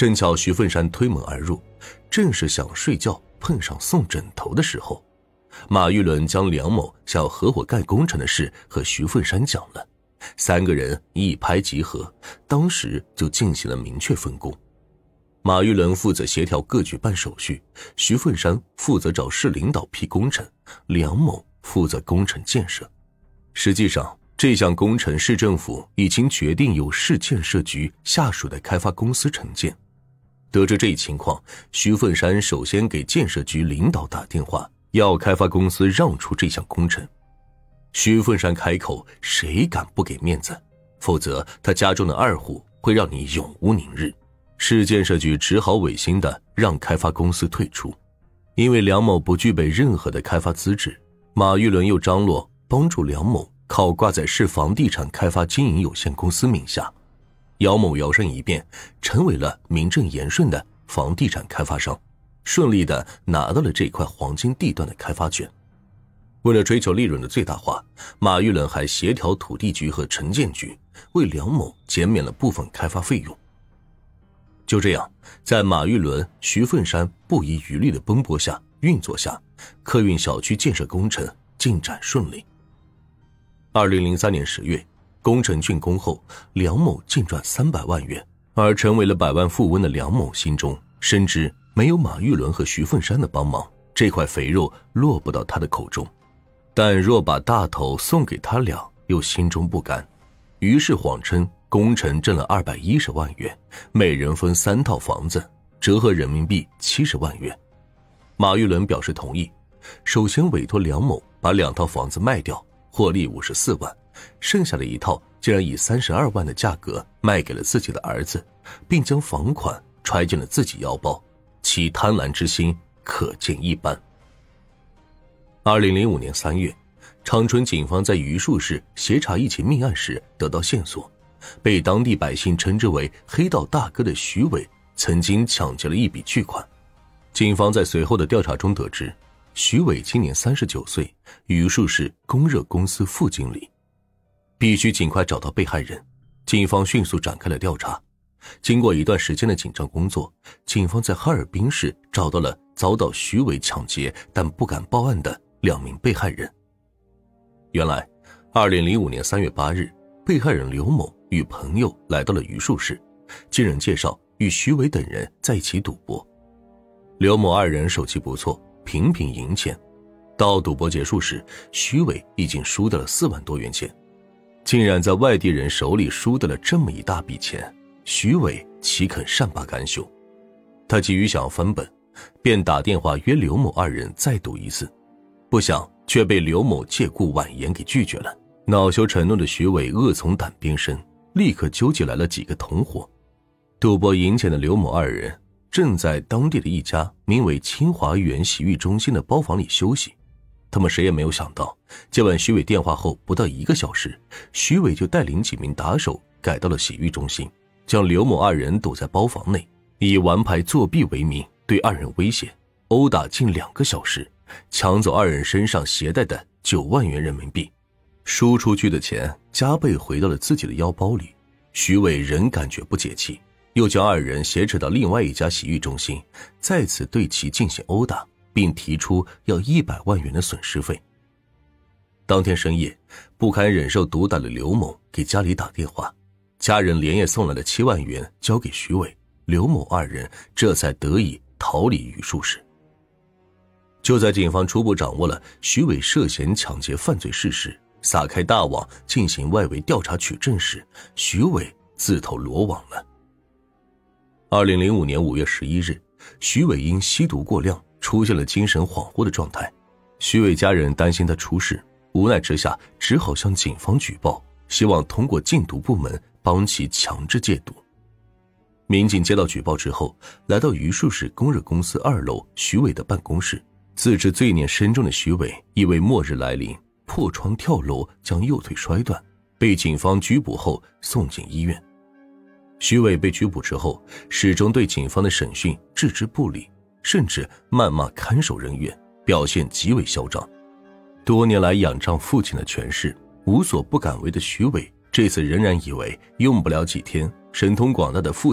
正巧徐凤山推门而入，正是想睡觉碰上送枕头的时候，马玉伦将梁某想要合伙干工程的事和徐凤山讲了，3个人一拍即合，当时就进行了明确分工。马玉伦负责协调各举办手续，徐凤山负责找市领导批工程，梁某负责工程建设。实际上，这项工程市政府已经决定由市建设局下属的开发公司承建。得知这一情况，徐凤山首先给建设局领导打电话，要开发公司让出这项工程。徐凤山开口，谁敢不给面子，否则他家中的2户会让你永无宁日。市建设局只好违心的让开发公司退出。因为梁某不具备任何的开发资质，马玉伦又张罗帮助梁某考挂在市房地产开发经营有限公司名下，姚某摇身一变，成为了名正言顺的房地产开发商，顺利的拿到了这块黄金地段的开发权。为了追求利润的最大化，马玉伦还协调土地局和城建局，为梁某减免了部分开发费用。就这样，在马玉伦、徐凤山不遗余力的奔波下、运作下，客运小区建设工程进展顺利。2003年10月，工程竣工后，梁某净赚300万元，而成为了百万富翁的梁某心中深知没有马玉伦和徐凤山的帮忙，这块肥肉落不到他的口中。但若把大头送给他俩，又心中不甘，于是谎称工程挣了210万元，每人分3套房子，折合人民币70万元。马玉伦表示同意，首先委托梁某把2套房子卖掉，获利54万，剩下的1套竟然以32万的价格卖给了自己的儿子，并将房款揣进了自己腰包，其贪婪之心可见一斑。2005年3月，长春警方在榆树市协查一起命案时得到线索，被当地百姓称之为黑道大哥的徐伟曾经抢劫了一笔巨款。警方在随后的调查中得知，徐伟今年39岁，榆树市供热公司副经理。必须尽快找到被害人，警方迅速展开了调查。经过一段时间的紧张工作，警方在哈尔滨市找到了遭到徐伟抢劫但不敢报案的2名被害人。原来2005年3月8日，被害人刘某与朋友来到了榆树市，经人介绍与徐伟等人在一起赌博。刘某2人手气不错，频频赢钱。到赌博结束时，徐伟已经输掉了4万多元钱。竟然在外地人手里输得了这么一大笔钱，徐伟岂肯善罢甘休？他急于想要翻本，便打电话约刘某2人再赌一次，不想却被刘某借故婉言给拒绝了。恼羞成怒的徐伟恶从胆边生，立刻纠集来了几个同伙。赌博赢钱的刘某2人正在当地的一家名为清华园洗浴中心的包房里休息。他们谁也没有想到，接完徐伟电话后不到1个小时，徐伟就带领几名打手赶到了洗浴中心，将刘某2人堵在包房内，以玩牌作弊为名对2人威胁，殴打近2个小时，抢走2人身上携带的9万元人民币。输出去的钱加倍回到了自己的腰包里，徐伟仍感觉不解气，又将2人挟持到另外一家洗浴中心，再次对其进行殴打，并提出要100万元的损失费。当天深夜，不堪忍受毒打的刘某给家里打电话，家人连夜送来了7万元交给徐伟，刘某2人这才得以逃离榆树市。就在警方初步掌握了徐伟涉嫌抢劫犯罪事实，撒开大网进行外围调查取证时，徐伟自投罗网了。2005年5月11日，徐伟因吸毒过量出现了精神恍惚的状态，徐伟家人担心他出事，无奈之下只好向警方举报，希望通过禁毒部门帮其强制戒毒。民警接到举报之后，来到榆树市供热公司2楼徐伟的办公室，自知罪孽深重的徐伟以为末日来临，破窗跳楼将右腿摔断，被警方拘捕后送进医院。徐伟被拘捕之后，始终对警方的审讯置之不理，甚至谩骂看守人员，表现极为嚣张。多年来仰仗父亲的权势，无所不敢为的徐伟，这次仍然以为用不了几天，神通广大的父亲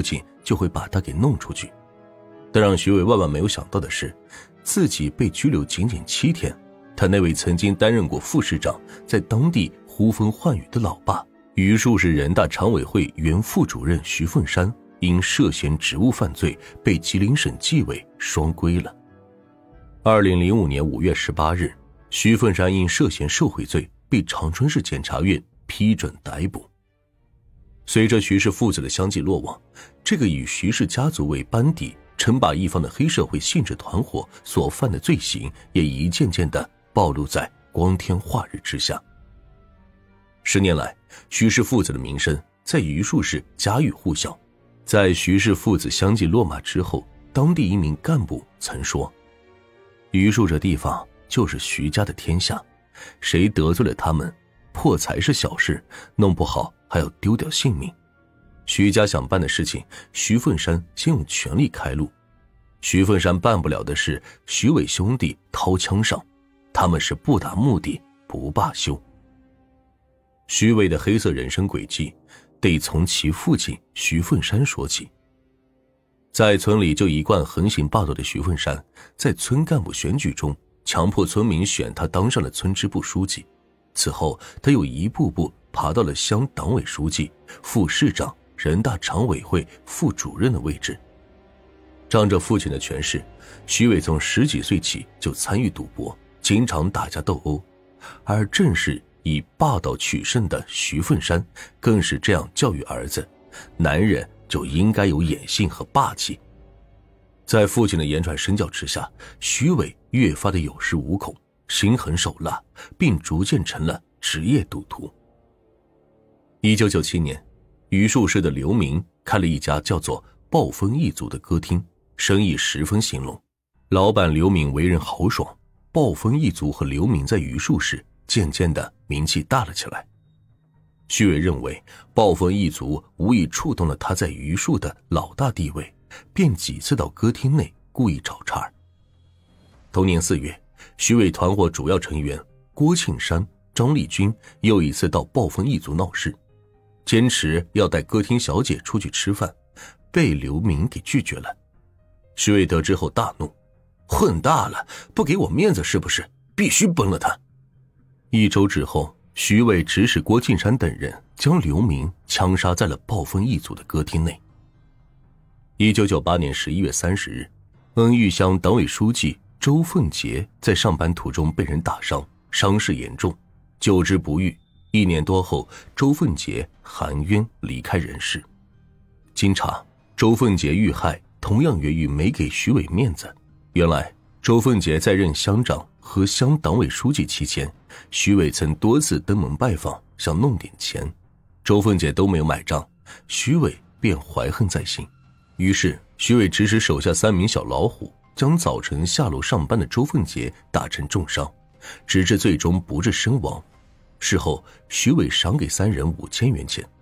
就会把他给弄出去。但让徐伟万万没有想到的是，自己被拘留仅仅7天，他那位曾经担任过副市长，在当地呼风唤雨的老爸，榆树市人大常委会原副主任徐凤山，因涉嫌职务犯罪被吉林省纪委双规了。2005年5月18日，徐凤山因涉嫌受贿罪被长春市检察院批准逮捕。随着徐氏父子的相继落网，这个以徐氏家族为班底称霸一方的黑社会性质团伙所犯的罪行也一件件地暴露在光天化日之下。10年来，徐氏父子的名声在榆树市家喻户晓。在徐氏父子相继落马之后，当地一名干部曾说，榆树这地方就是徐家的天下，谁得罪了他们，破财是小事，弄不好还要丢掉性命。徐家想办的事情，徐凤山先用全力开路。徐凤山办不了的事，徐伟兄弟掏枪上，他们是不达目的不罢休。徐伟的黑色人生轨迹得从其父亲徐凤山说起。在村里就一贯横行霸道的徐凤山，在村干部选举中强迫村民选他当上了村支部书记，此后他又一步步爬到了乡党委书记、副市长、人大常委会副主任的位置。仗着父亲的权势，徐伟从10几岁起就参与赌博，经常打架斗殴，而正是以霸道取胜的徐凤山更是这样教育儿子，男人就应该有野性和霸气。在父亲的言传身教之下，徐伟越发的有恃无恐，心狠手辣，并逐渐成了职业赌徒。1997年，榆树市的刘明开了一家叫做暴风一族的歌厅，生意十分兴隆。老板刘明为人豪爽，暴风一族和刘明在榆树市渐渐的名气大了起来。徐伟认为暴风一族无意触动了他在榆树的老大地位，便几次到歌厅内故意找茬。同年4月，徐伟团伙主要成员郭庆山、张立军又一次到暴风一族闹事，坚持要带歌厅小姐出去吃饭，被刘明给拒绝了。徐伟得知后大怒，混大了，不给我面子是不是？必须崩了他。1周之后，徐伟指使郭庆山等人将刘明枪杀在了暴风一族的歌厅内。1998年11月30日，恩玉乡党委书记周凤杰在上班途中被人打伤，伤势严重，救治不愈。1年多后，周凤杰含冤离开人世。经查，周凤杰遇害同样源于没给徐伟面子。原来周凤杰在任乡长和乡党委书记期间，徐伟曾多次登门拜访，想弄点钱，周凤杰都没有买账，徐伟便怀恨在心。于是徐伟指使手下3名小老虎将早晨下楼上班的周凤杰打成重伤，直至最终不治身亡。事后徐伟赏给3人5000元钱。